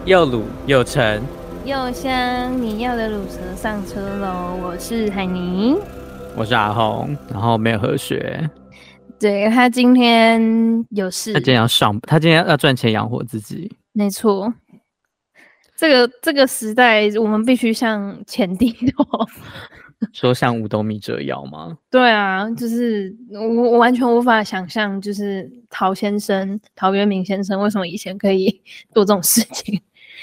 又卤又沉又香，你要的卤蛇上车喽！我是海尼， 我是阿红，然后没有何学。 对，他今天有事， 他今天要赚钱养活自己。 没错，这个时代，我们必须向前低头。 说像五斗米折腰吗？ 对啊，就是我完全无法想象，就是陶渊明先生为什么以前可以做这种事情。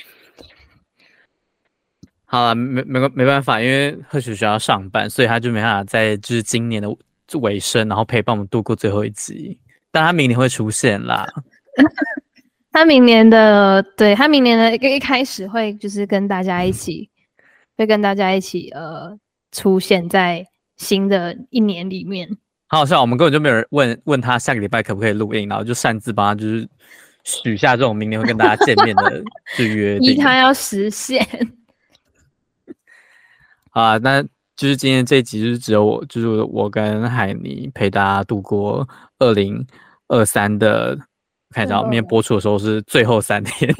好了，没办法，因为何许需要上班，所以他就没办法在就是今年的尾声，然后陪伴我们度过最后一集。但他明年会出现啦。 他明年的一开始会就是跟大家一起出现在新的一年里面。 好好笑，我们根本就没有人问他下个礼拜可不可以录音，然后就擅自帮他就是许下这种明年会跟大家见面的约定， 逼他要实现。 啊，那就是今天这一集就是只有我跟海尼陪大家度过2023的，看一下，明天播出的时候是最后3天。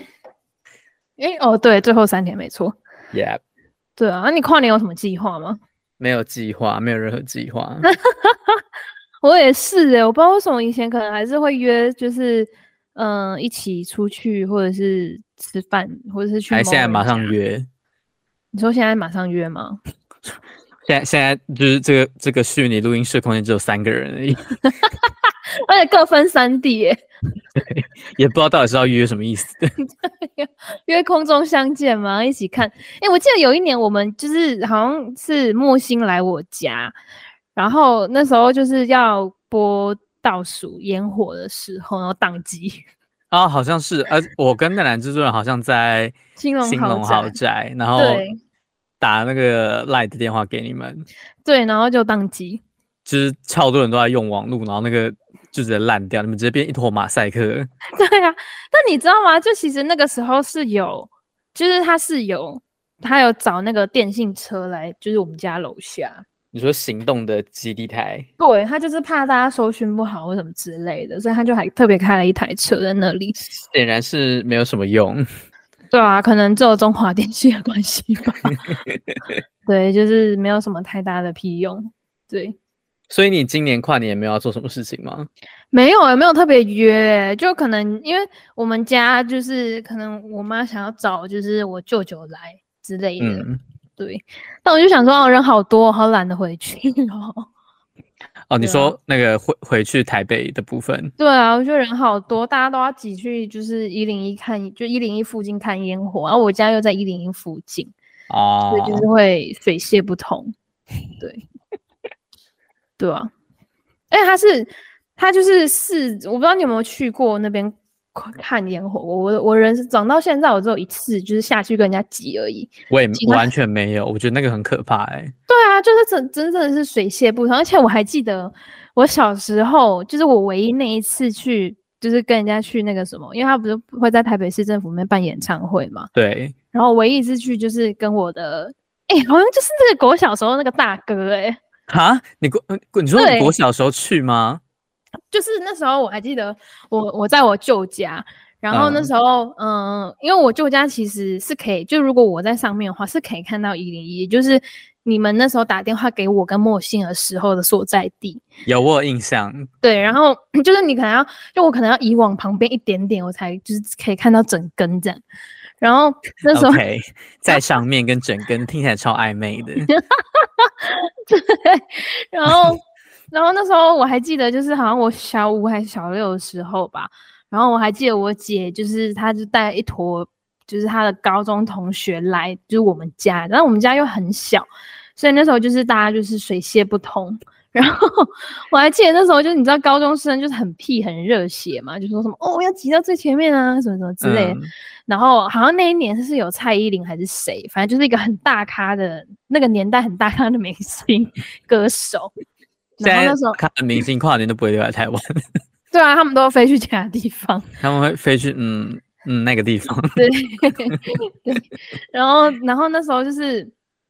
对，最后3天没错。 Yeah。 对啊，那你跨年有什么计划吗？ 没有计划，没有任何计划。 我也是我不知道为什么以前可能还是会约，就是一起出去，或者是吃饭，或者是去。 还现在马上约？ 你说现在马上约吗？ 现在就是这个虚拟录音室空间只有3个人而已。 而且各分3地耶。 对，也不知道到底是要约什么意思。 约空中相见吗？一起看。我记得有一年我们就是好像是莫欣来我家，然后那时候就是要播倒数烟火的时候，然后宕机。 啊，好像是，我跟那男制作人好像在兴隆豪宅，然后打那个 LINE 的电话给你们， 对，然后就宕机， 就是超多人都在用网络，然后那个就直接烂掉，你们直接变一坨马赛克。 对啊，但你知道吗？就其实那个时候是有，就是他有找那个电信车来，就是我们家楼下。 你说行动的基地台？ 对，他就是怕大家收讯不好或什么之类的，所以他就还特别开了一台车在那里。 显然是没有什么用。 对啊，可能只有中华电信的关系吧。对，就是没有什么太大的屁用。对， 所以你今年跨年也没有要做什么事情吗？ 没有特别约，就可能因为我们家就是可能我妈想要找就是我舅舅来之类的。对，但我就想说，人好多，好懒得回去哦，你说那个回去台北的部分？ 对啊，我觉得人好多，大家都要挤去就是101看，就101附近看烟火，然后我家又在101附近，所以就是会水泄不通。对，对啊，他就是我不知道你有没有去过那边看烟火。我人长到现在，我只有一次就是下去跟人家挤而已。 我完全没有，我觉得那个很可怕对啊，就是真的是水泄不通，而且我还记得我小时候，就是我唯一那一次去，就是跟人家去那个什么，因为他不是会在台北市政府那边办演唱会嘛。 对。 然后唯一一次去就是跟我的，好像就是那个国小时候那个大哥哈，你说你国小时候去吗？ 就是那时候我还记得我在我舅家，然后那时候因为我舅家其实是可以，就如果我在上面的话是可以看到101，就是你们那时候打电话给我跟莫欣的时候的所在地。 有，我有印象。 对，然后就是我可能要移往旁边一点点，我才就是可以看到整根这样。然后那时候 ，OK， 在上面跟整根听起来超暧昧的。 对，然后那时候我还记得，就是好像我小5还是小6的时候吧，然后我还记得我姐就是她就带一坨就是她的高中同学来，就是我们家，然后我们家又很小，所以那时候就是大家就是水泄不通。然后我还记得那时候就是你知道高中生就是很屁很热血嘛，就说什么要挤到最前面啊什么什么之类的。然后好像那一年是有蔡依林还是谁，反正就是一个很大咖的那个年代很大咖的明星歌手。 然后那时候看明星跨年都不会留在台湾。 对啊，他们都飞去其他地方。 他们会飞去那个地方。 对对。然后那时候就是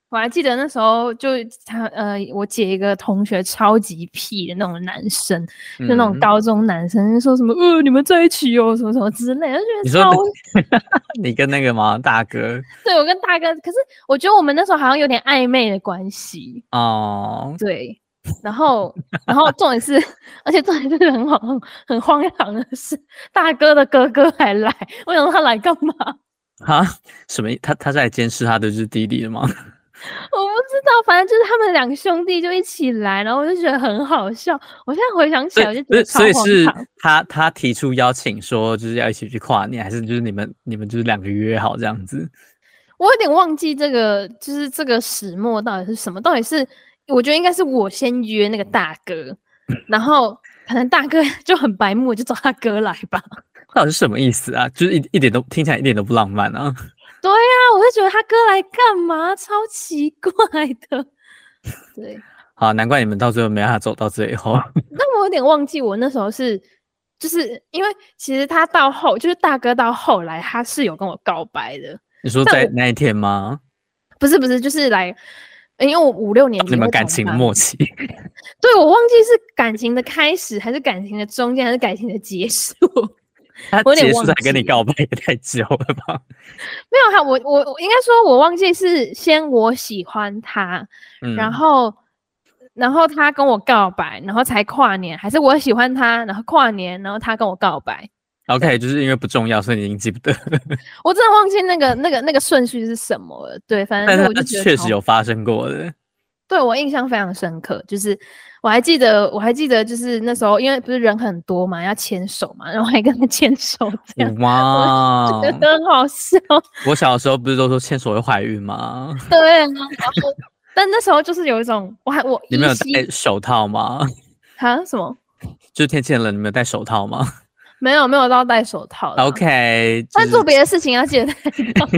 我还记得那时候就我姐一个同学超级屁的那种男生，就那种高中男生，就说什么你们在一起哦，什么什么之类的，就觉得超。 你跟那个吗？大哥？ 对，我跟大哥，可是我觉得我们那时候好像有点暧昧的关系哦。 对，然后重点是，而且重点是很荒唐的是，大哥的哥哥还来，我想说他来干嘛？ 哈？什么？他是来监视他的就是弟弟的吗？ 我不知道，反正就是他们两兄弟就一起来，然后我就觉得很好笑。我现在回想起来，我就觉得超荒唐。 所以是他提出邀请说就是要一起去跨年，还是就是你们就是2个约好这样子？ 我有点忘记这个就是这个始末到底是什么，到底是我觉得应该是我先约那个大哥，然后可能大哥就很白目，就找他哥来吧。 到底是什么意思啊？就是一点都听起来一点都不浪漫啊。 对呀，我就觉得他哥来干嘛？超奇怪的。对， 好，难怪你们到最后没办法走到最后。 那我有点忘记我那时候就是因为其实他到后就是大哥到后来他是有跟我告白的。 你说在那一天吗？ 不是，就是来，因为我5、6年级你们感情默契。 对，我忘记是感情的开始，还是感情的中间，还是感情的结束。 他结束才跟你告白也太久了吧？ 没有哈，我应该说，我忘记是先我喜欢他，然后他跟我告白，然后才跨年，还是我喜欢他，然后跨年，然后他跟我告白。 OK， 就是因为不重要，所以你已经记不得。 我真的忘记那个顺序是什么了。对，反正我就觉得确实有发生过的。 对，我印象非常深刻，就是我还记得，就是那时候因为不是人很多嘛，要牵手嘛，然后还跟他牵手，这样哇，我觉得很好笑。 我小时候不是都说牵手会怀孕吗？ 对啊，然后但那时候就是有一种你们有戴手套吗？ 啊？什么？ 就是天气很冷，你们有戴手套吗？ 没有到戴手套。 OK， 但做别的事情要记得戴套。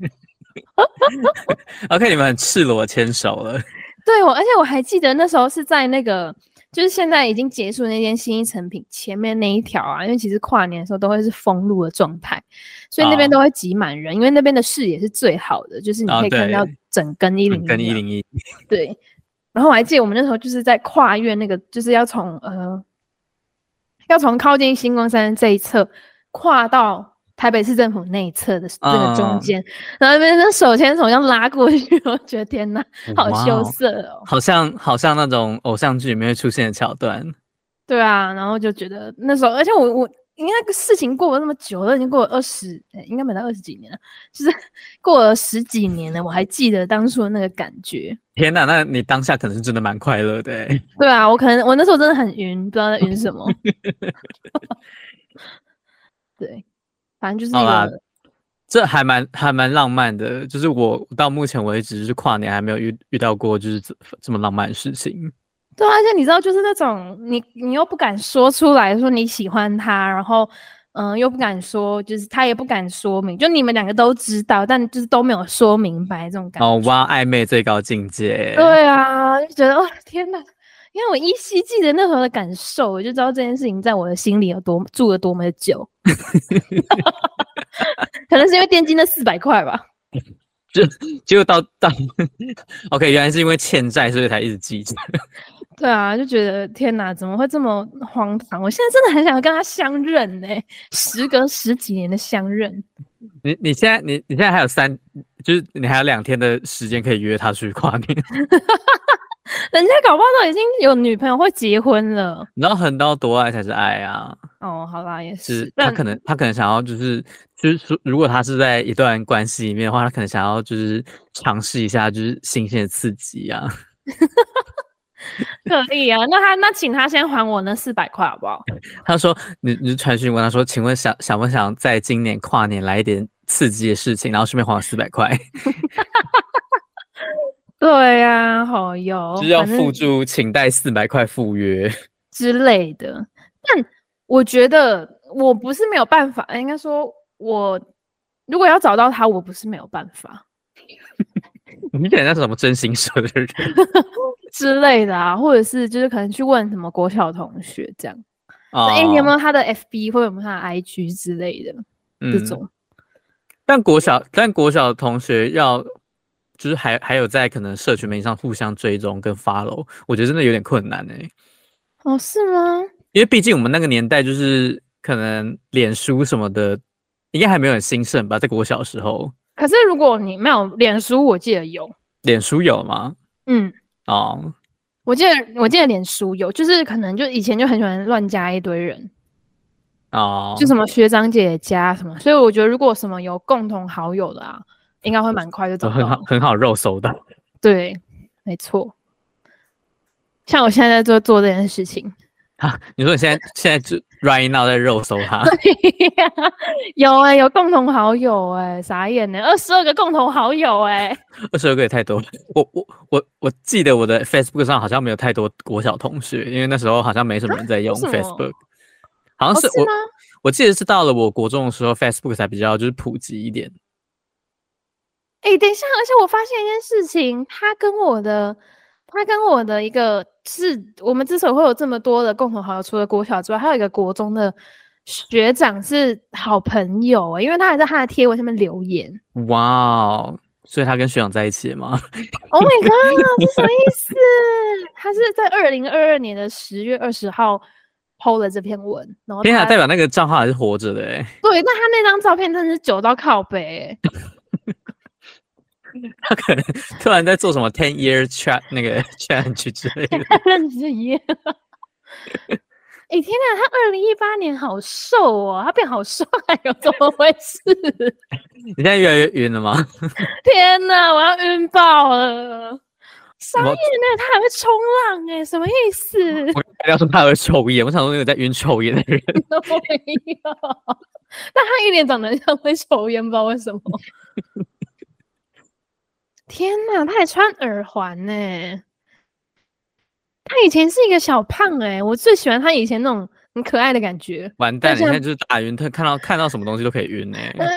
OK， 你们很赤裸牵手了。 对，而且我还记得那时候是在那个，就是现在已经结束那间新一成品前面那一条啊，因为其实跨年的时候都会是封路的状态，所以那边都会挤满人，因为那边的视野是最好的，就是你可以看到整根101。 跟101。 对，然后我还记得我们那时候就是在跨越那个，就是要从靠近新光三这一侧跨到台北市政府那一侧的这个中间，然后那边手牵手这样拉过去，我觉得天哪，好羞涩哦， 好像那种偶像剧里面会出现的桥段。 对啊，然后就觉得那时候，而且我因为那个事情过了那么久，都已经过了应该没到20几年了，就是过了10几年了，我还记得当初的那个感觉。 天哪，那你当下可能是真的蛮快乐的欸。 对啊，我那时候真的很晕，不知道在晕什么。对。反正就是好啦，这还蛮浪漫的，就是我到目前为止就是跨年还没有遇到过就是这么浪漫的事情。 对啊，而且你知道，就是那种你又不敢说出来说你喜欢他，然后又不敢说，就是他也不敢说明，就你们2个都知道，但就是都没有说明白这种感觉。 哦哇，暧昧最高境界。 对啊，就觉得哦天哪！因为我依稀记得那时候的感受，我就知道这件事情在我的心里住了多么的久。可能是因为电竞那400块吧。 结果到OK， 原来是因为欠债，所以才一直记着。 对啊，就觉得天哪，怎么会这么荒唐？我现在真的很想跟他相认呢，时隔10几年的相认。 你现在还有就是你还有2天的时间可以约他出去跨年。 人家搞不好都已经有女朋友或结婚了。 你知道横刀夺爱才是爱啊。 哦，好啦，也是。 他可能想要就是说，如果他是在一段关系里面的话，他可能想要就是尝试一下就是新鲜的刺激啊。 可以啊，那请他先还我那400块好不好？ 他说你传讯问他说，请问想不想在今年跨年来一点刺激的事情，然后顺便还我400块？ 对呀，好哟， 就是要附注请贷400块赴约之类的。但我觉得我不是没有办法，应该说我如果要找到他，我不是没有办法。 你可能那是什么真心社的人之类的啊，或者是就是可能去问什么国小同学这样。你有没有他的 FB 或者有没有他的 IG 之类的这种？ 但国小同学就是还有在可能社群媒体上互相追踪跟 follow， 我觉得真的有点困难哎。 哦，是吗？ 因为毕竟我们那个年代就是可能脸书什么的，应该还没有很兴盛吧，在我小时候。 可是如果你没有脸书，我记得有。 脸书有吗？哦， 我记得脸书有，就是可能就以前就很喜欢乱加一堆人。就什么学长姐加什么，所以我觉得如果什么有共同好友的啊，应该会蛮快就找到， 很好肉搜的。 对，没错。像我现在在做这件事情。 你说你现在就 right now 在肉搜他？ 有有共同好友傻眼22个共同好友 22个也太多了。我记得我的 Facebook 上好像没有太多国小同学，因为那时候好像没什么人在用 Facebook。好像是我记得是到了我国中的时候 ，Facebook 才比较就是普及一点。 等一下，而且我发现一件事情，他跟我的一个是我们之所以会有这么多的共同好友，除了国小之外，还有一个国中的学长是好朋友因为他还在他的贴文下面留言。 哇哦！所以他跟学长在一起了吗 ？Oh my god， 这什么意思？他是在2022年的10月20号 po 了这篇文，然后天啊，代表那个账号还是活着的对，但他那张照片真的是久到靠北他可能突然在做什么 10-year chat 那个 challenge 之类的。 认识耶！天哪，他2018年好瘦他变好帅怎么回事？ 你现在越来越晕了吗？ 天哪，我要晕爆了！傻眼他还会冲浪什么意思？ 我要说他会抽烟，我想说那个在晕抽烟的人。 没有，但他一脸长得像会抽烟，不知道为什么。天哪，他还穿耳环他以前是一个小胖我最喜欢他以前那种很可爱的感觉。 完蛋了，你现在就是打晕，他看到什么东西都可以晕真的。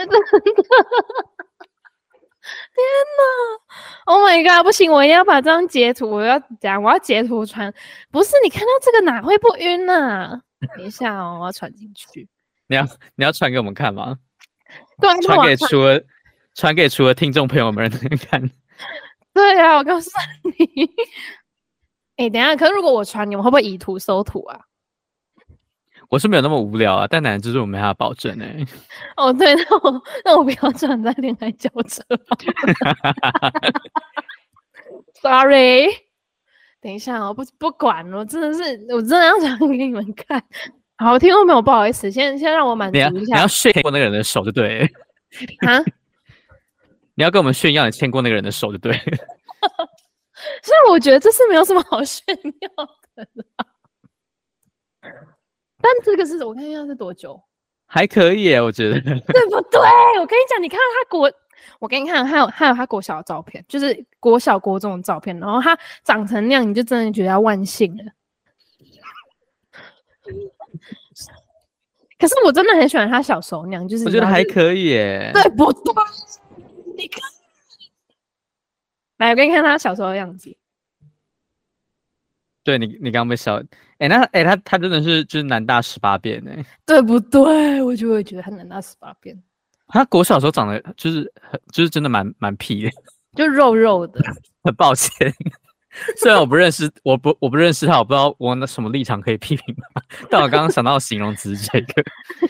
天哪 ！Oh my god！ 不行，我一定要把这张截图，我要截图传。不是你看到这个哪会不晕呢？等一下我要传进去。 你要传给我们看吗？ 对， 传给除了听众朋友们看。 对啊，我告诉你。等一下，可是如果我传，你们会不会以图搜图啊？ 我是没有那么无聊但难就是我没法保证哦，对，那我不要传在恋爱轿车。Sorry， 等一下不管了，我真的要传给你们看。好，听众朋友不好意思，先让我满足一下。 你要炫过那个人的手就对了。你要跟我们炫耀你牵过那个人的手就对了。 所以我觉得这是没有什么好炫耀的啦。但这个是我看一下是多久， 还可以我觉得。 对不对？我跟你讲，你看到我给你看，还有他国小的照片，就是国小国中的照片，然后他长成那样，你就真的觉得要万幸了。可是我真的很喜欢他小时候那样，就是我觉得还可以对不对？你看，来，我给你看他小时候的样子。 对你刚刚被笑，他真的是就是南大18变对不对？我就会觉得他南大18变。 他国小时候长得就是真的蛮屁的， 就肉肉的。 很抱歉，虽然我不认识他，我不知道我那什么立场可以批评他，但我刚刚想到形容词这个。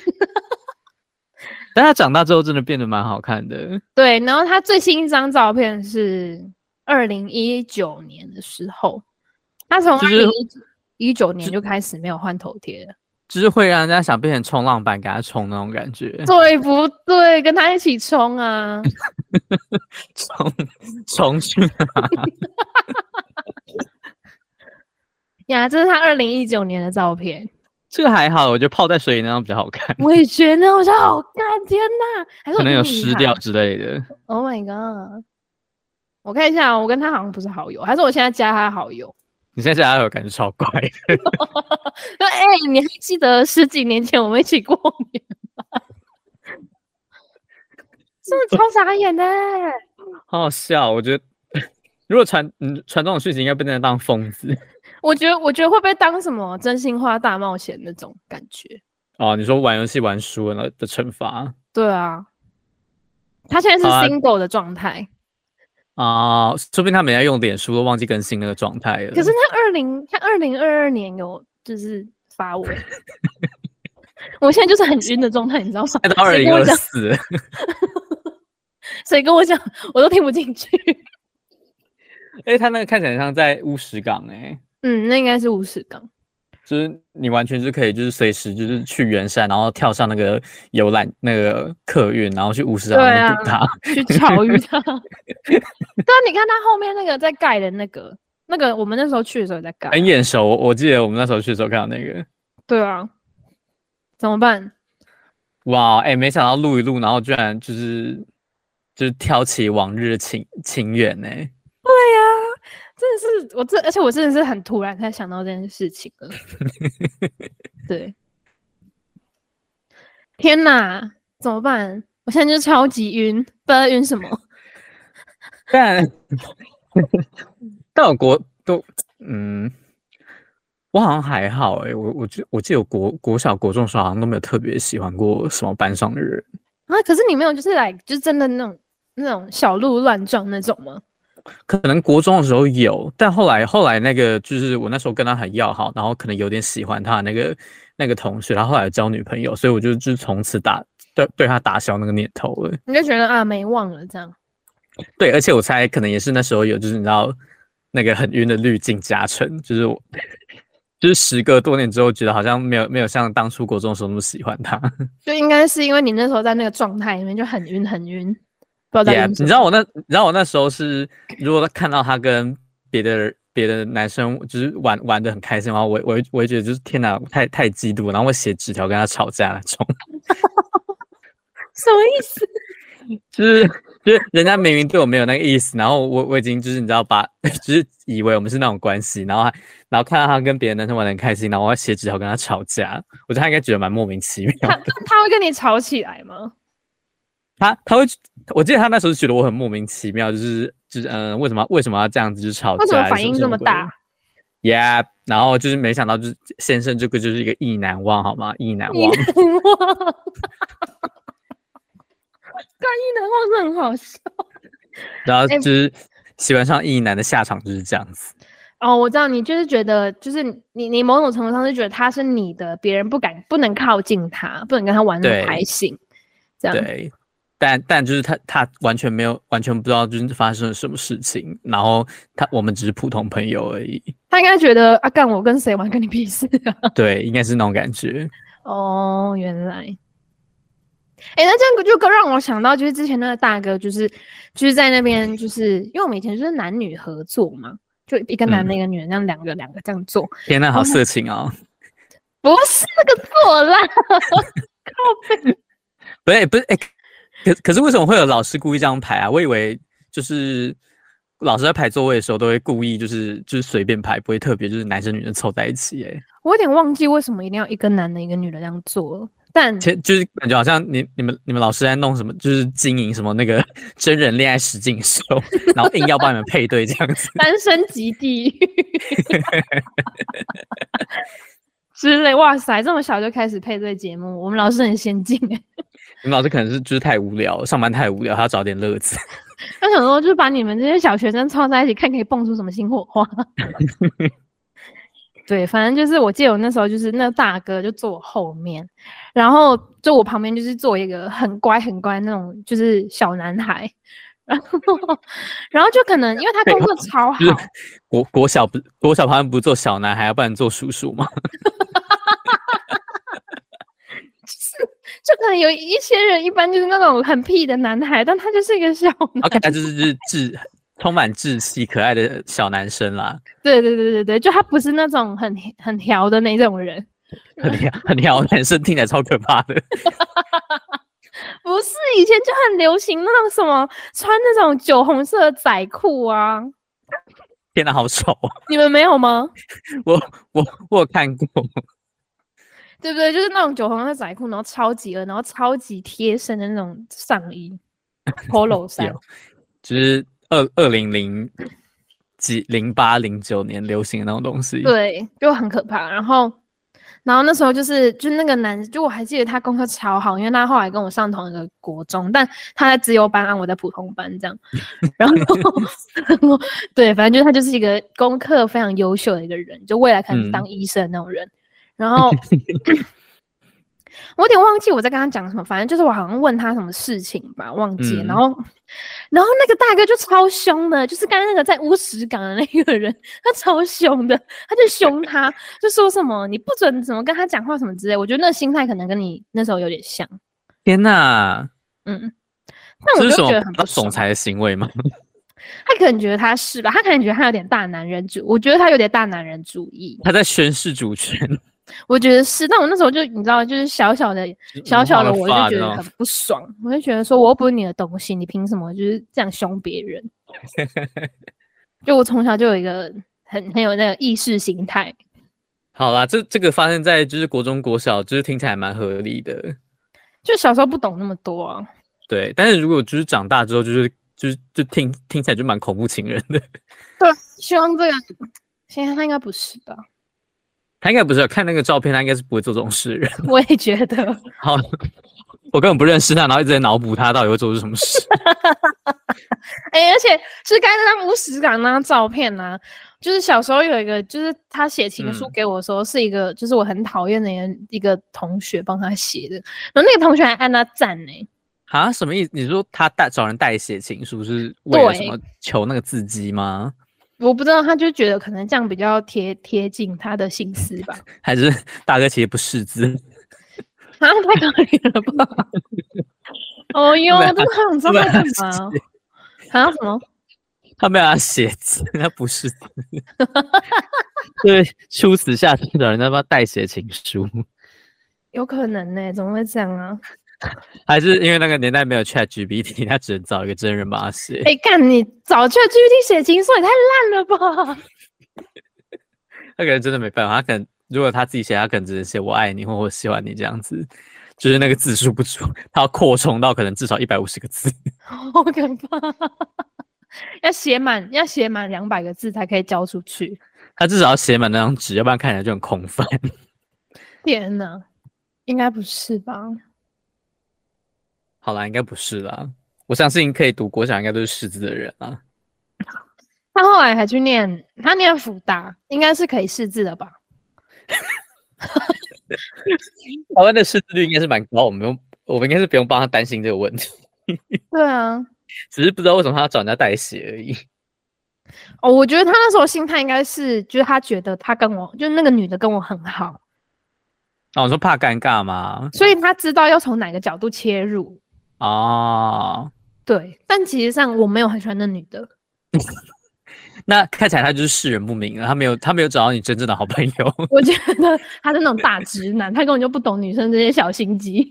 但他长大之后真的变得蛮好看的。 对，然后他最新一张照片是2019年的时候，他从2019年就开始没有换头贴了， 就是会让人家想变成冲浪板给他冲那种感觉。 对不对？跟他一起冲啊！ 冲去哪？ 呀，这是他2019年的照片。 这个还好，我觉得泡在水里那张比较好看。 我也觉得好像好看，天哪！还是可能有湿掉之类的。 Oh my god！ 我看一下，我跟他好像不是好友，还是我现在加他好友？ 你现在加他好友感觉超怪的。 你还记得10几年前我们一起过年吗？真的超傻眼的好好笑，我觉得如果传这种讯息，应该被人家当疯子。 我觉得会被当什么真心话大冒险那种感觉。 你说玩游戏玩输了的惩罚？ 对啊，他现在是 single 的状态。 啊，说不定他们要用脸书都忘记更新那个状态了。 可是他2022年有就是发文，我现在就是很晕的状态，你知道吗？ 到2024， 谁跟我讲，我都听不进去。 他那个看起来像在乌石港那应该是乌石港。 就是你完全是可以，就是随时就是去圆山，然后跳上那个游览那个客运，然后去乌石港那边堵他， 去巧遇他。对啊，你看他后面那个在盖的那个，我们那时候去的时候在盖， 很眼熟。我记得我们那时候去的时候看到那个。 对啊，怎么办？ 哇，没想到录一录，然后居然就是挑起往日的情缘呢。 对呀，真的是而且我真的是很突然才想到这件事情了。对，天哪，怎么办？我现在就超级晕，不知道晕什么。 但我我好像还好我记得我国小国中的时候好像都没有特别喜欢过什么班上的人啊。可是你没有就是就真的那种小鹿乱撞那种吗？ 可能国中的时候有，但后来那个就是我那时候跟他很要好，然后可能有点喜欢他那个同学，他后来交女朋友，所以我就从此对他打消那个念头了。 你就觉得没忘了这样。 对，而且我猜可能也是那时候有，就是你知道那个很晕的滤镜加成，就是时隔多年之后，觉得好像没有像当初国中的时候那么喜欢他。就应该是因为你那时候在那个状态里面就很晕。不知道在晕什么。 你知道我那时候是，如果看到他跟别的男生就是玩的很开心的话，我会觉得就是天哪，太嫉妒，然后会写纸条跟他吵架那种。 什么意思？ 就是人家明明对我没有那个意思，然后我已经就是你知道就是以为我们是那种关系，然后看到他跟别的男生玩得很开心，然后我要写纸条跟他吵架，我觉得他应该觉得蛮莫名其妙的。 他会跟你吵起来吗？ 他会，我记得他那时候觉得我很莫名其妙，就是为什么要这样子就吵架？ 为什么反应这么大 ？Yeah， 然后就是没想到就是先生这个就是一个意难忘，好吗？意难忘。 意难忘是很好笑。 然后就是喜欢上意男的下场就是这样子。 我知道你就是觉得，就是你某种程度上是觉得他是你的，别人不能靠近他，不能跟他玩那么开心，这样。 对。但就是他完全不知道就是发生了什么事情，然后我们只是普通朋友而已。 他应该觉得干我跟谁玩跟你屁事啊？ 对，应该是那种感觉。 哦，原来。那这样就让我想到，就是之前那个大哥，就是在那边，就是因为我们以前就是男女合作嘛，就一个男的一个女的，这样两个这样做。 天哪，好色情哦！ 不是那个做啦，靠背。不是可是为什么会有老师故意这样排啊？我以为就是老师在排座位的时候都会故意就是随便排，不会特别就是男生女生凑在一起。 我有点忘记为什么一定要一个男的一个女的这样做，但就是感觉好像你们老师在弄什么，就是经营什么那个真人恋爱实境秀，然后硬要帮你们配对这样子。 单身即地狱之类。哇塞，这么小就开始配对节目，我们老师很先进你们老师可能是就是太无聊，上班太无聊，他要找点乐子。 他想说，就是把你们这些小学生凑在一起，看可以蹦出什么新火花。对，反正就是我记得我那时候就是那大哥就坐我后面，然后就我旁边就是坐一个很乖那种就是小男孩，然后就可能因为他工作超好， 国小旁边不是坐小男孩，要不然坐叔叔吗？ 就可能有一些人一般就是那种很屁的男孩，但他就是一个小男孩， 他就是充满稚气可爱的小男生啦。 对，就他不是那种很调的那种人， 很调的男生听起来超可怕的。 不是以前就很流行那种什么穿那种酒红色的仔裤啊。 天哪，好丑！ 你们没有吗？ 我有看过。 对不对？就是那种酒红色仔裤，然后超级然后超级贴身的那种上衣 ，polo 衫， 就是2008、09年流行的那种东西。 对，就很可怕。然后然后那时候就是那个男，就我还记得他功课超好，因为他后来跟我上同一个国中，但他在资优班，我在普通班这样。然后对，反正就是他就是一个功课非常优秀的一个人，就未来可能当医生那种人。然后我有点忘记我在跟他讲什么，反正就是我好像问他什么事情吧，忘记了。然后那个大哥就超凶的，就是刚才那个在乌石港的那个人，他超凶的，他就凶他，就说什么你不准怎么跟他讲话什么之类。我觉得那心态可能跟你那时候有点像。 天哪， 但我就觉得很不总裁的行为吗？ 他可能觉得他是吧，他可能觉得他有点大男人主，我觉得他有点大男人主义， 他在宣示主权。 我觉得是，但我那时候就你知道，就是小小的，我就觉得很不爽，我就觉得说我又不是你的东西，你凭什么就是这样凶别人？就我从小就有一个很有那个意识形态。 好啦，这个发生在就是国中国小，就是听起来蛮合理的。 就小时候不懂那么多啊。 对，但是如果就是长大之后，就听起来就蛮恐怖情人的。 对，希望这个现在他应该不是吧？ 他应该不是，看那个照片，他应该是不会做这种事的人。 我也觉得。 好，我根本不认识他，然后一直在脑补他到底会做出什么事。 而且是刚才那张乌石港那张照片啊，就是小时候有一个，就是他写情书给我的时候，是一个就是我很讨厌的一个同学帮他写的，然后那个同学还按他赞呢。 啊，什么意思？你说他找人代写情书是为了什么？求那个字迹吗？ 我不知道，他就觉得可能这样比较贴近他的心思吧。 还是大哥其实不识字？ 啊，太可怜了吧！哦哟，真的很知道他干嘛？啊什么？ 他没有要写字，他不识字。对，出此下策找人家帮代写情书， 有可能呢？怎么会这样啊？ 还是因为那个年代没有 ChatGPT， 他只能找一个真人帮他写。 干你找 ChatGPT 写情书也太烂了吧！ 他可能真的没办法，他可能如果他自己写，他可能只能写我爱你或我喜欢你这样子，就是那个字数不足，他要扩充到可能至少150个字。 好可怕！要写满200个字才可以交出去。 他至少要写满那张纸，要不然看起来就很空泛。 天哪，应该不是吧？ 好啦，应该不是啦。我相信可以读国小应该都是识字的人啦。 他后来还去念辅大，应该是可以识字的吧？ 台湾的识字率应该是蛮高，我们应该是不用帮他担心这个问题。 对啊， 只是不知道为什么他要找人家代写而已。 我觉得他那时候心态应该是，就是他觉得他跟我，就是那个女的跟我很好。 我说怕尴尬吗？ 所以他知道要从哪个角度切入。对，但其实上我没有很喜欢那女的。 那看起来他就是识人不明了，他没有找到你真正的好朋友。 我觉得他是那种大直男，他根本就不懂女生这些小心机。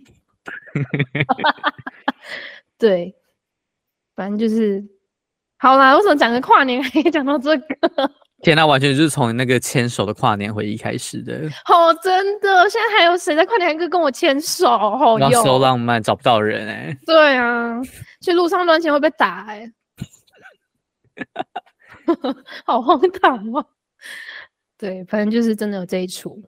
对，反正就是好啦。为什么讲个跨年可以讲到这个？ 天哪，完全就是从那个牵手的跨年回忆开始的。 真的，现在还有谁在跨年跟我牵手？ 然后 so 浪漫，找不到人对啊，去路上乱牵会被打好荒唐哦。对，反正就是真的有这一出。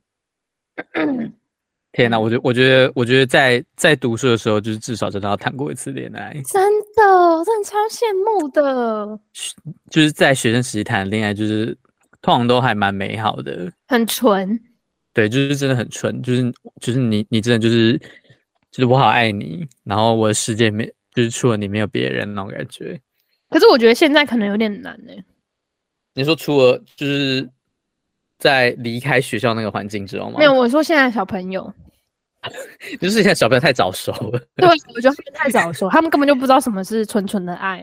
天哪，我觉得在读书的时候，就是至少真的要谈过一次恋爱。 真的超羡慕的。 就是在学生时期谈恋爱，就是通常都还蛮美好的， 很纯。 对，就是真的很纯，就是你真的就是我好爱你，然后我的世界就是除了你没有别人那种感觉。 可是我觉得现在可能有点难你说除了就是在离开学校那个环境之后吗？ 没有，我说现在小朋友。 就是现在小朋友太早熟了。 对，我觉得他们太早熟，他们根本就不知道什么是纯纯的爱。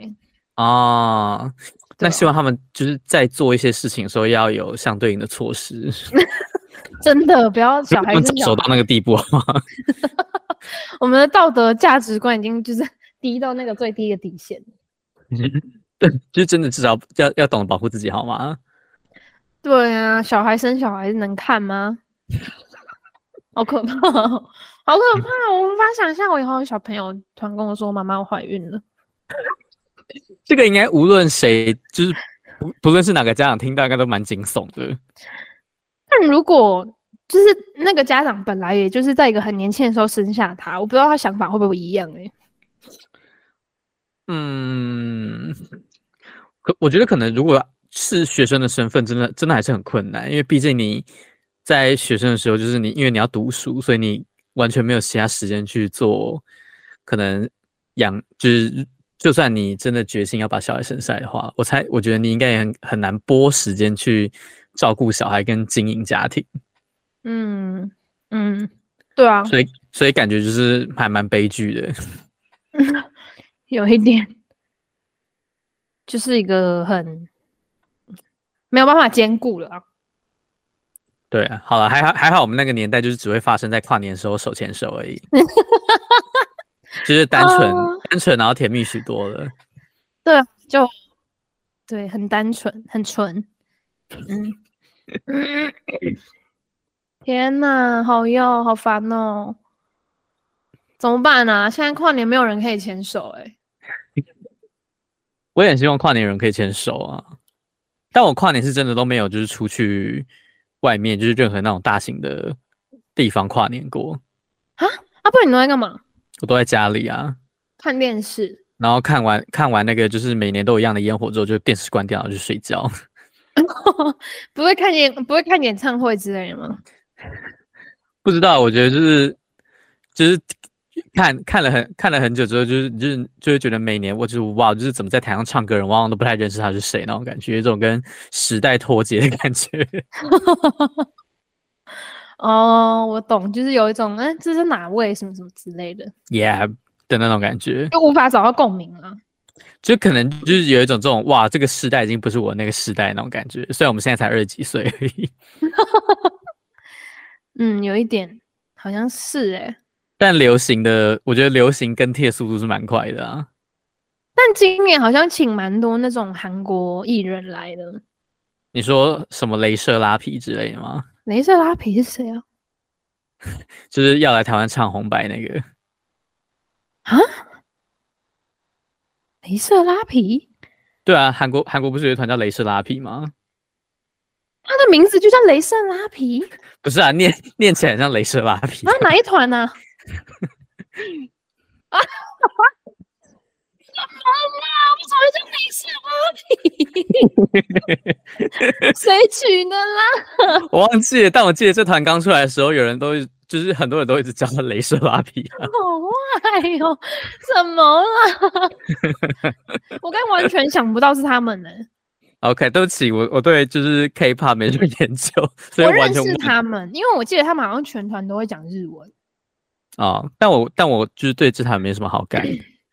那希望他们就是在做一些事情的时候要有相对应的措施。 真的不要小孩跟早熟到那个地步好吗？ 我们的道德价值观已经就是低到那个最低的底线。 对，就是真的至少要懂得保护自己好吗？ 对啊，小孩生小孩能看吗？好可怕，好可怕！我无法想象我以后有小朋友突然跟我说：“妈妈，我怀孕了。” 这个应该无论谁，就是不论是哪个家长听到，应该都蛮惊悚的。 但如果就是那个家长本来也就是在一个很年轻的时候生下他，我不知道他想法会不会一样我觉得可能如果是学生的身份，真的还是很困难，因为毕竟你在学生的时候，就是因为你要读书，所以你完全没有其他时间去做可能就是就算你真的决心要把小孩生下来的话，我觉得你应该也很难拨时间去照顾小孩跟经营家庭。 对啊， 所以感觉就是还蛮悲剧的。 有一点，就是一个很没有办法兼顾了啊。 对啊，好了，还好，我们那个年代就是只会发生在跨年的时候手牵手而已，就是单纯，然后甜蜜许多了。 对，就对，很单纯，很纯。天哪，好哟，好烦哦，怎么办啊？现在跨年没有人可以牵手我也很希望跨年人可以牵手啊，但我跨年是真的都没有就是出去外面就是任何那种大型的地方跨年过。 不然你都在干嘛？ 我都在家里啊， 看电视。 然后看完那个就是每年都一样的烟火之后，就电视关掉，然后就睡觉。 不会看演唱会之类的吗？ 不知道，我觉得就是看了很久之后，就会觉得每年我就是哇，就是怎么在台上唱歌人，往往都不太认识他是谁那种感觉，有一种跟时代脱节的感觉。 哦，我懂，就是有一种这是哪位什么什么之类的 Yeah 的那种感觉， 就无法找到共鸣啊。 就可能就是有一种这种哇，这个时代已经不是我那个时代那种感觉。虽然我们现在才20几岁而已。 有一点好像是但我觉得流行更替的速度是蛮快的啊。 但今年好像请蛮多那种韩国艺人来的。 你说什么雷射拉皮之类的吗？ 雷射拉皮是谁啊？ 就是要来台湾唱红白那个啊？雷射拉皮？ 对啊，韩国不是有一团叫雷射拉皮吗？ 他的名字就叫雷射拉皮？ 不是啊，念起来很像雷射拉皮。 哪一团呢？啊？什么啦？为什么叫雷射拉皮？谁取的啦？ 我忘记了，但我记得这团刚出来的时候，就是很多人都一直叫他雷射拉皮啊。 好坏哟，怎么啦？我刚完全想不到是他们呢。 OK， 对不起，我对就是 K-pop 没什么研究，所以我完全认识他们，因为我记得他们好像全团都会讲日文。 哦，但我就是对这团没什么好感。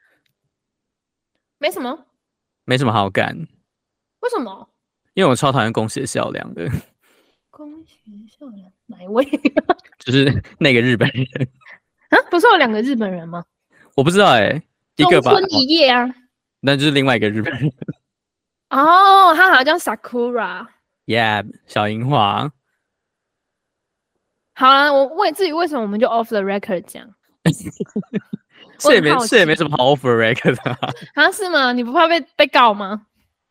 没什么？ 没什么好感。 为什么？ 因为我超讨厌宫胁孝良的。 宫胁孝良哪一位？ 就是那个日本人啊，不是有2个日本人吗？ 我不知道一个吧。 中村一叶啊， 那就是另外一个日本人。 哦，他好像叫 Sakura。 Yeah， 小樱花。 好啊，我自己为什么我们就 off the record 讲？ 这也没什么好 off the record 的啊？是吗？你不怕被告吗？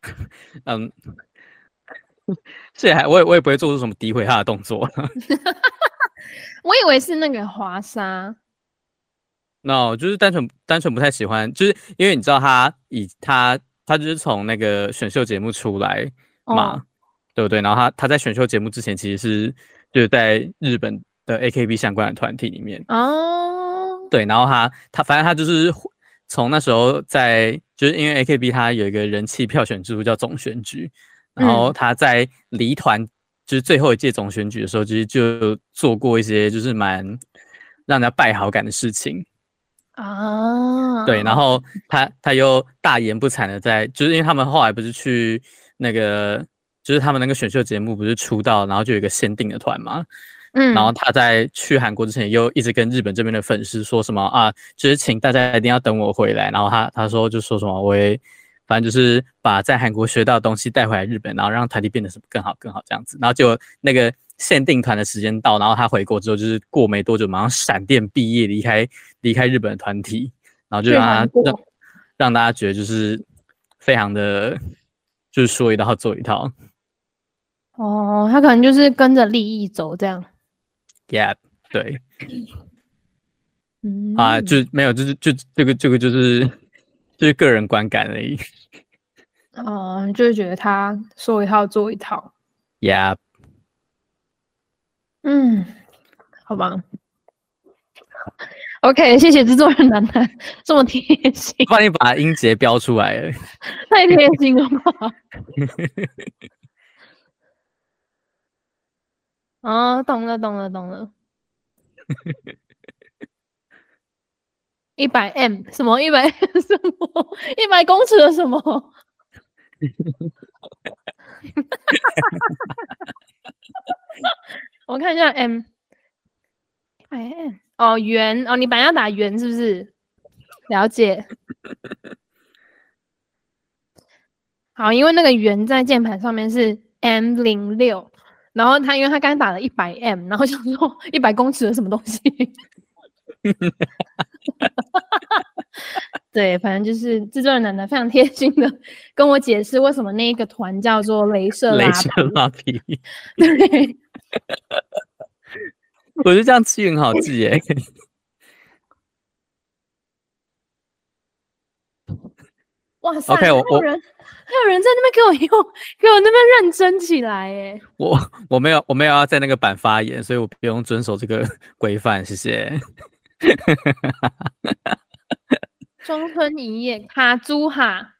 我也不会做出什么诋毁他的动作。 我以为是那个华莎。 No， 就是单纯不太喜欢，就是因为你知道他就是从那个选秀节目出来嘛，对不对？然后他在选秀节目之前其实就是在日本的 AKB 相关的团体里面对，然后他反正他就是从那时候就是因为 AKB 他有一个人气票选制度叫总选举，然后他在离团就是最后一届总选举的时候，其实就做过一些就是蛮让人家败好感的事情。对，然后他又大言不惭的就是因为他们后来不是去那个，就是他们那个选秀节目不是出道，然后就有一个限定的团嘛，然后他在去韩国之前又一直跟日本这边的粉丝说什么啊，就是请大家一定要等我回来，然后他说什么反正就是把在韩国学到的东西带回来日本，然后让团体变得什么更好这样子，然后就那个限定团的时间到，然后他回国之后就是过没多久马上闪电毕业离开日本的团体，然后就让大家觉得就是非常的就是说一套做一套。 他可能就是跟着利益走这样。 ，Yeah， 对， 嗯， 就没有，这个就是个人观感而已。 就是觉得他说一套做一套。 Yeah， 好吧。OK， 谢谢制作人楠楠这么贴心， 帮你把音节标出来了， 太贴心了吧？懂了。100M 什么？100M 什么？100公尺的什么？我看一下 M，100M 圆你本来要打圆是不是？了解。好，因为那个圆在键盘上面是 M06，然后因为他刚打了100M，然后想说100公尺的什么东西？对，反正就是制作人楠楠非常贴心的跟我解释为什么那一个团叫做镭射拉皮。 对， 我觉得这样记很好记耶。 哇塞 ，OK， 还有人在那边给我那边认真起来耶！ 我没有要在那个版发言，所以我不用遵守这个规范，谢谢。 中村一叶卡朱哈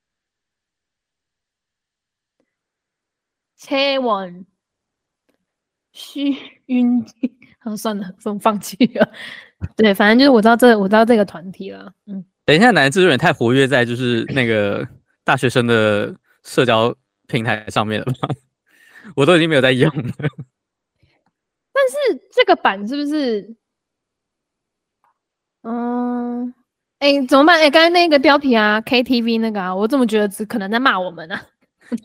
车文虚晕算了，放弃了。对，反正就是我知道这个团体了。 等一下，男制作人太活跃在就是那个大学生的社交平台上面了吧？我都已经没有在用了。 但是这个版是不是？怎么办？刚才那个标题啊 ，KTV 那个啊，我怎么觉得只可能在骂我们啊？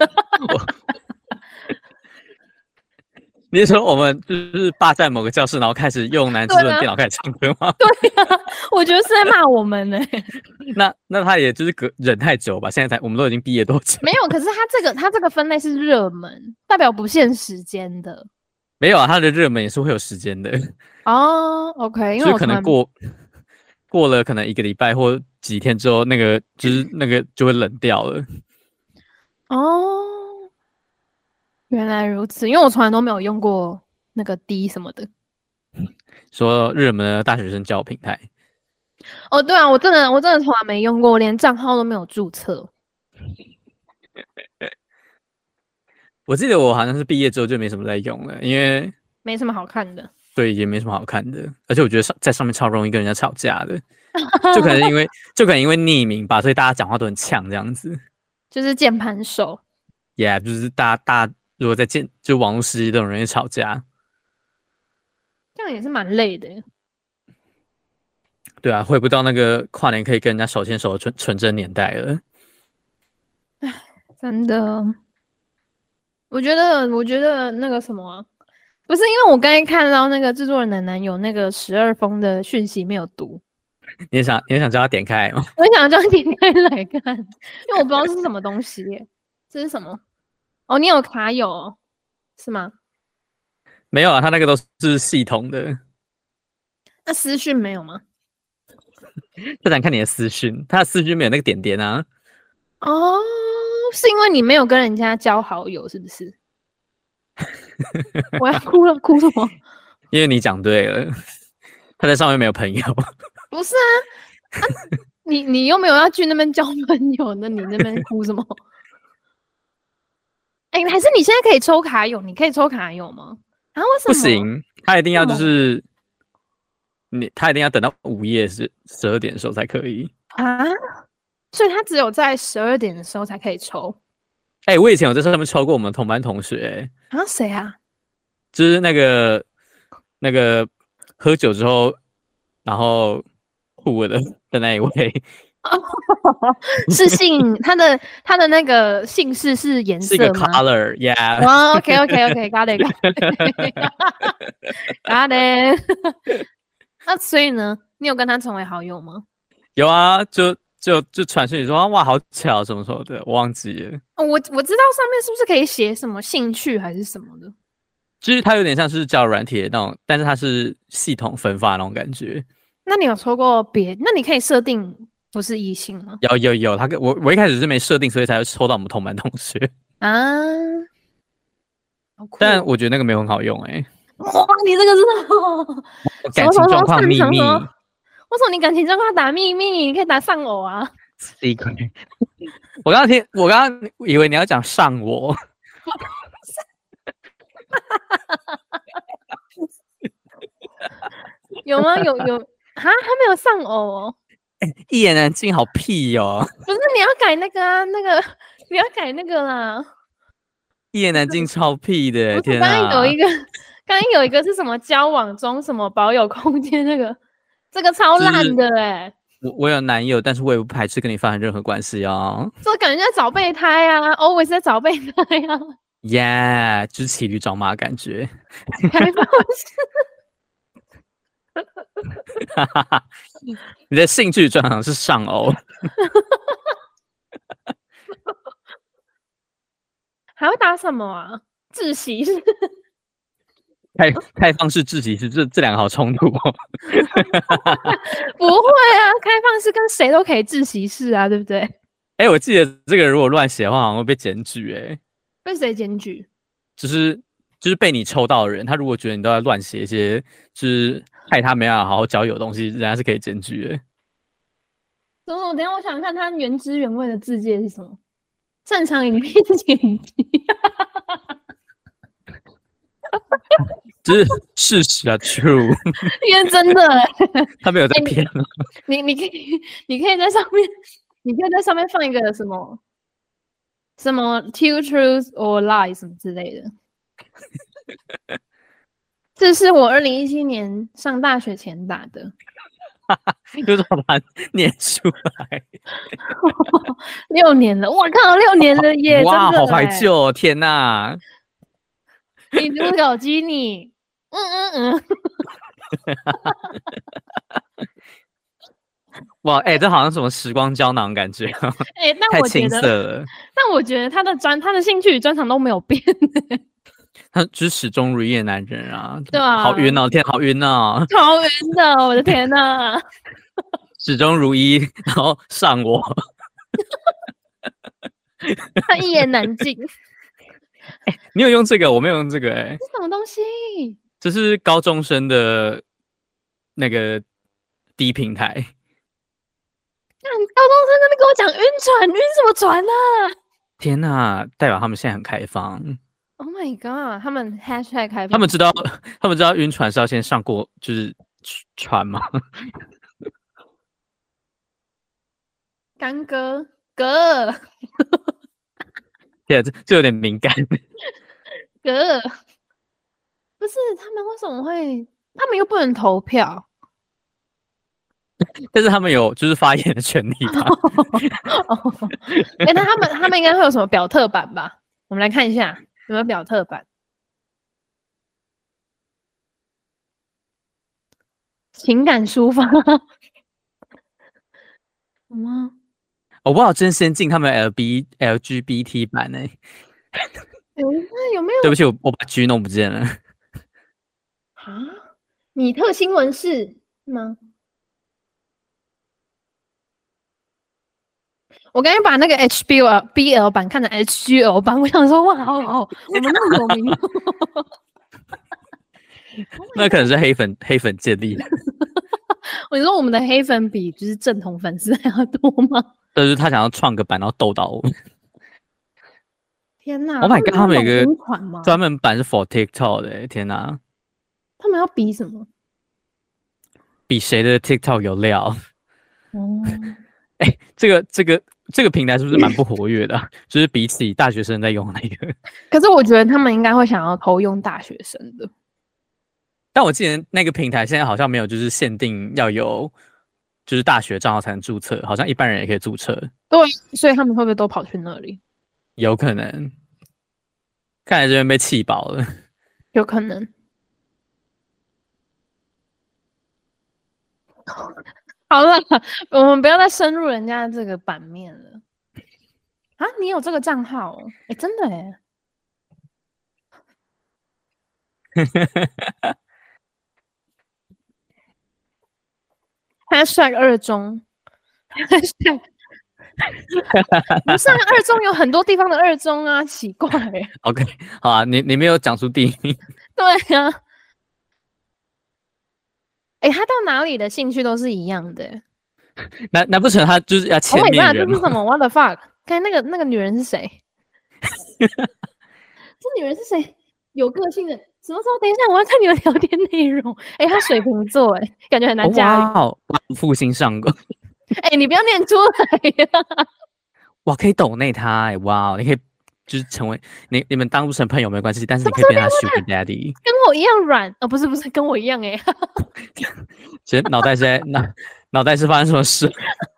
你是说我们就是霸占某个教室，然后开始用男制作人电脑开始唱歌吗？ 对啊，我觉得是在骂我们呢。 那他也就是忍太久吧？现在我们都已经毕业多久？ 没有，可是他这个分类是热门，代表不限时间的。 没有啊，他的热门也是会有时间的。 OK， 因为我可能过了可能1个礼拜或几天之后，那个就会冷掉了。 原来如此，因为我从来都没有用过那个 D 什么的。 说热门的大学生交友平台。 对啊，我真的从来没用过，我连账号都没有注册。 我记得我好像是毕业之后就没什么在用了，因为没什么好看的。 对，也没什么好看的，而且我觉得在上面超容易跟人家吵架的，就可能因为匿名吧，所以大家讲话都很呛这样子。 就是键盘手。 Yeah， 就是大家如果在就网络世界都很容易吵架， 这样也是蛮累的。 对啊，回不到那个跨年可以跟人家手牵手的纯真年代了。 真的，我觉得那个什么，不是因为我刚才看到那个制作人楠楠有那个12封的讯息没有读， 你也想叫他点开吗？ 我想叫他点开来看，因为我不知道是什么东西耶。这是什么？你有卡友是吗？ 没有啊，他那个都是系统的。 那私讯没有吗？ 就想看你的私讯，他的私讯没有那个点点啊。 是因为你没有跟人家交好友，是不是？我要哭了，哭什么？ 因为你讲对了，他在上面没有朋友。 不是啊，你又没有要去那边交朋友，那你那边哭什么？还是你现在可以抽卡友？你可以抽卡友吗？为什么？ 不行，他一定要就是他一定要等到午夜12点的时候才可以啊。所以他只有在12点的时候才可以抽。 我以前有在上面抽过我们同班同学。 谁啊？ 就是那个喝酒之后然后吐了的那一位。 是姓他的那个姓氏是颜色吗？ 是一个 color，yeah。 OK，got it。那所以呢，你有跟他成为好友吗？ 有啊，就传讯息说哇好巧什么的，我忘记了。 我知道上面是不是可以写什么兴趣还是什么的？ 就是它有点像是交友软体的那种，但是它是系统分发那种感觉。 那你有抽过别？那你可以设定不是异性吗？ 有，他跟我一开始是没设定，所以才会抽到我们同班同学啊，好酷哦！ 但我觉得那个没有很好用哇，你这个真的感情状况秘密。 为什么你感情状况打秘密？你可以打上偶啊。 secret。我刚刚以为你要讲上我。 有吗？有啊，他没有上偶哦。 一言难尽，好屁哦！ 不是，你要改那个啊，你要改那个啦。 一言难尽超屁的，天啊！刚刚有一个是什么交往中什么保有空间那个，这个超烂的我有男友，但是我也不排斥跟你发生任何关系哦。 这感觉在找备胎啊 ，always 在找备胎啊。 Yeah， 就是骑驴找马感觉。 开放式。 你的兴趣专长是上偶。 还会打什么啊？窒息式。 开放式窒息式，这两个好冲突哦。 不会啊，开放式跟谁都可以窒息式啊，对不对？ 我记得这个如果乱写的话，好像会被检举被谁检举？ 就是被你抽到的人，他如果觉得你都在乱写一些，就是害他没办法好好交友的东西，人家是可以检举的。 等一下，我想看他原汁原味的字界是什么？擅长影片剪辑。 就是事实啊 ，true。 因为真的他没有在骗。 你可以在上面放一个什么 two truths or lies 什么之类的。这是我2017年上大学前打的。 就是把它念出来。 6年了，我靠，6年了耶！ 哇， 真的好怀旧哦！天哪， 你如有基你， 哇，这好像什么时光胶囊感觉。太青涩了。 但我觉得他的兴趣与专长都没有变。 他就是始终如一的男人啊。 对啊， 好晕哦，天，好晕哦， 超晕的，我的天哪！ 始终如一，然后上我。 他一言难尽。 你有用这个？我没有用这个这什么东西？ 这是高中生的那个低平台。 高中生在那边跟我讲晕船，晕什么船啊？ 天哪，代表他们现在很开放。 Oh my god！ 他们 hashtag 开放， 他们知道晕船是要先上过就是船吗？ 干哥。 对，这有点敏感。 哥，不是他们为什么会？他们又不能投票。 但是他们有就是发言的权利吧？ 那他们应该会有什么表特版吧？我们来看一下有没有表特版。情感抒发。有吗？ 我不知道真先进他们 LGBT 版有没有？ 对不起，我把 G 弄不见了。 啊？米特新闻是吗？我刚才把那个 HBL 版看成 HGL 版，我想说哇，好，我们那么有名。 那可能是黑粉建立的。 我说我们的黑粉比就是正统粉丝还要多吗？ 就是他想要创个版，然后逗到我们。 天哪 ！Oh my god， 他们有一个专门版是 for TikTok 的，天哪！ 他们要比什么？ 比谁的 TikTok 有料？ 哦， 这个平台是不是蛮不活跃的？就是比起大学生在用那个。 可是我觉得他们应该会想要偷用大学生的。 但我记得那个平台现在好像没有，就是限定要有就是大学账号才能注册，好像一般人也可以注册。 对，所以他们会不会都跑去那里？ 有可能。看来这边被气饱了。 有可能。好了，我们不要再深入人家这个版面了。啊，你有这个账号？真的 #二中不是啊，二中有很多地方的二中啊，奇怪 OK， 好啊，你没有讲出地名。 对啊，他到哪里的兴趣都是一样的。 难不成他就是要千面人吗？ 这是什么 ？What the fuck？ 看那个女人是谁？这女人是谁？有个性的。什么时候？等一下，我要看你们聊天内容。他水瓶座，感觉很难驾驭。 哇，复兴上过。 你不要念出来呀！ 哇，可以抖内他哇，你可以就是成为你们当不成朋友没关系，但是你可以变他 Sugar Daddy， 跟我一样软不是跟我一样其实脑袋是发生什么事？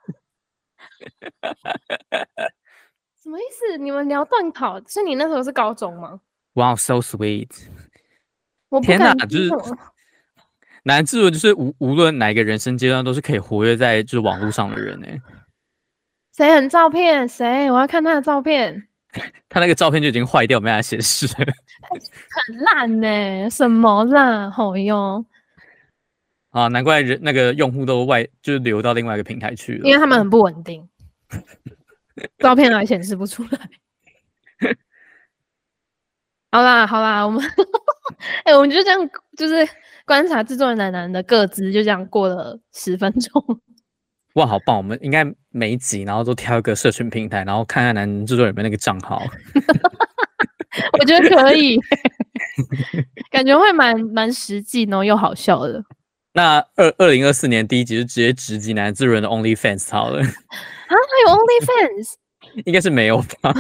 什么意思？你们聊段考，是你那时候是高中吗？ 哇 ，so sweet！ 天哪， 就是男自文就是无论哪一个人生阶段都是可以活跃在就是网络上的人谁很照片？谁？我要看他的照片。 他那个照片就已经坏掉，没办法显示了。 很烂什么啦？好哟。 啊，难怪那个用户都就是流到另外一个平台去了， 因为他们很不稳定，照片还显示不出来。好啦，我们我们就这样，就是观察制作人奶奶的个资，就这样过了10分钟。 哇，好棒！我们应该每一集，然后都挑一个社群平台，然后看看男制作人有没有那个账号。 我觉得可以，感觉会蛮实际，然后又好笑的。 那2024年第一集就直接直击男制作人的 OnlyFans 好了。 还有 OnlyFans？ 应该是没有吧？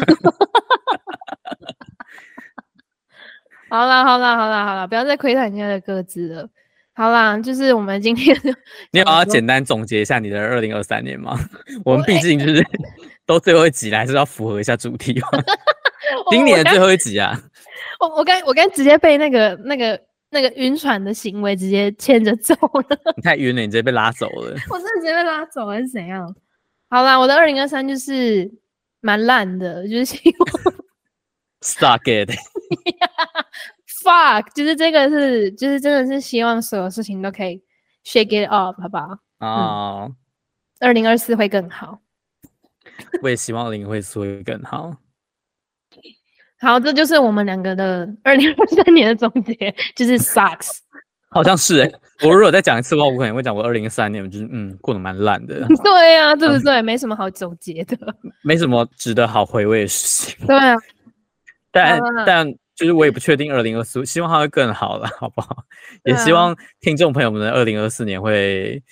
好啦，不要再窥探人家的个资了。好啦，就是我们今天你要简单总结一下你的2023年吗？我们毕竟就是都最后一集了，还是要符合一下主题嘛。今年的最后一集啊！ 我刚直接被那个晕船的行为直接牵着走了。 你太晕了，你直接被拉走了。 我真的直接被拉走还是怎样？好啦，我的2023就是蛮烂的，就是希望 Suck it fuck， 就是这个是，就是真的是希望所有事情都可以 shake it off， 好不好？2024会更好。 我也希望2024会更好。 好，这就是我们两个的2023年的总结，就是 sucks。 好像是我如果再讲一次的话，我可能会讲我2023年就是过得蛮烂的。 对啊，对不对？没什么好总结的， 没什么值得好回味的事情。 对啊， 但就是我也不确定2024，希望它会更好了，好不好？也希望听众朋友们的2024年会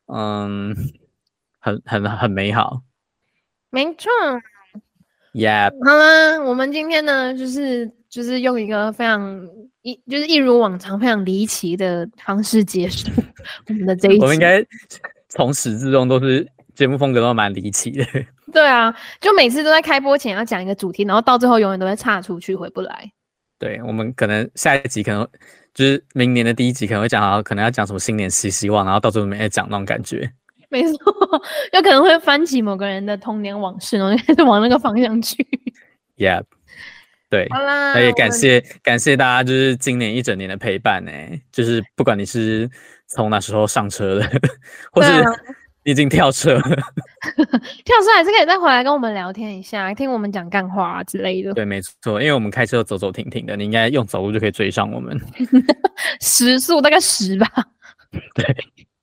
很美好。 没错。 Yeah， 好啦，我们今天呢，就是用一个非常就是一如往常非常离奇的方式结束我们的这一集。 我们应该从始至终都是节目风格都蛮离奇的。 对啊，就每次都在开播前要讲一个主题，然后到最后永远都会岔出去，回不来。 对，我们可能下一集可能就是明年的第一集可能会讲好，可能要讲什么新年新希望，然后到最后没在讲那种感觉。 没错，有可能会翻起某个人的童年往事，然后开始往那个方向去。 Yeah， 对， 好啦， 那也感谢大家，就是今年一整年的陪伴就是不管你是从哪时候上车的，或是已经跳车了， 跳车还是可以再回来跟我们聊天一下，听我们讲干话之类的。 对，没错，因为我们开车走走停停的，你应该用走路就可以追上我们。 时速大概10吧。 对。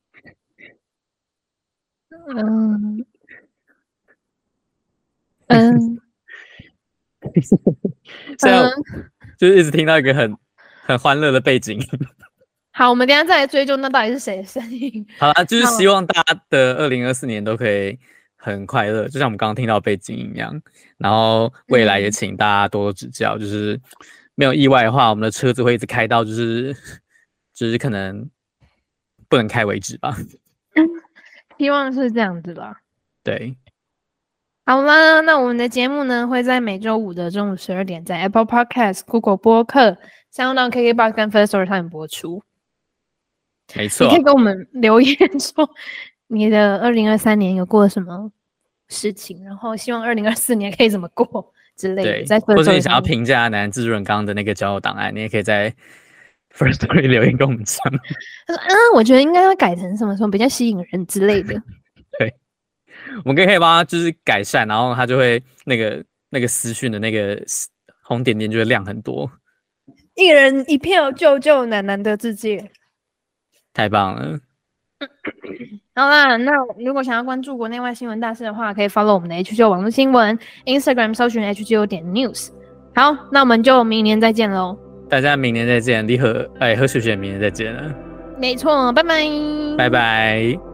现在就是一直听到一个很欢乐的背景。 好，我们等一下再来追究那到底是谁的声音。 好啦，就是希望大家的2024年都可以很快乐，就像我们刚刚听到背景音一样。然后未来也请大家多多指教，就是没有意外的话，我们的车子会一直开到就是可能不能开为止吧。 希望是这样子吧。 对， 好啦，那我们的节目呢会在每周五的中午12点在 Apple Podcast、Google 播客、SoundOn、KKBox 跟 Firstory 上面播出。 没错， 你可以跟我们留言说你的2023年有过什么事情，然后希望2024年可以怎么过之类的。在或者你想要评价男制作人刚刚的那个交友档案，你也可以在 First Story 留言跟我们讲。 他说我觉得应该要改成什么什么比较吸引人之类的。 对，我们可以帮他就是改善，然后他就会那个私讯的那个红点点就会亮很多。 一人一票，救救男男的世界， 太棒了。 好啦，那如果想要关注国内外新闻大事的话，可以 follow 我们的 HGO 网络新闻 ，Instagram 搜寻 HGO.news。好，那我们就明年再见喽。 大家明年再见，何雪雪明年再见了。 没错，拜拜。 拜拜。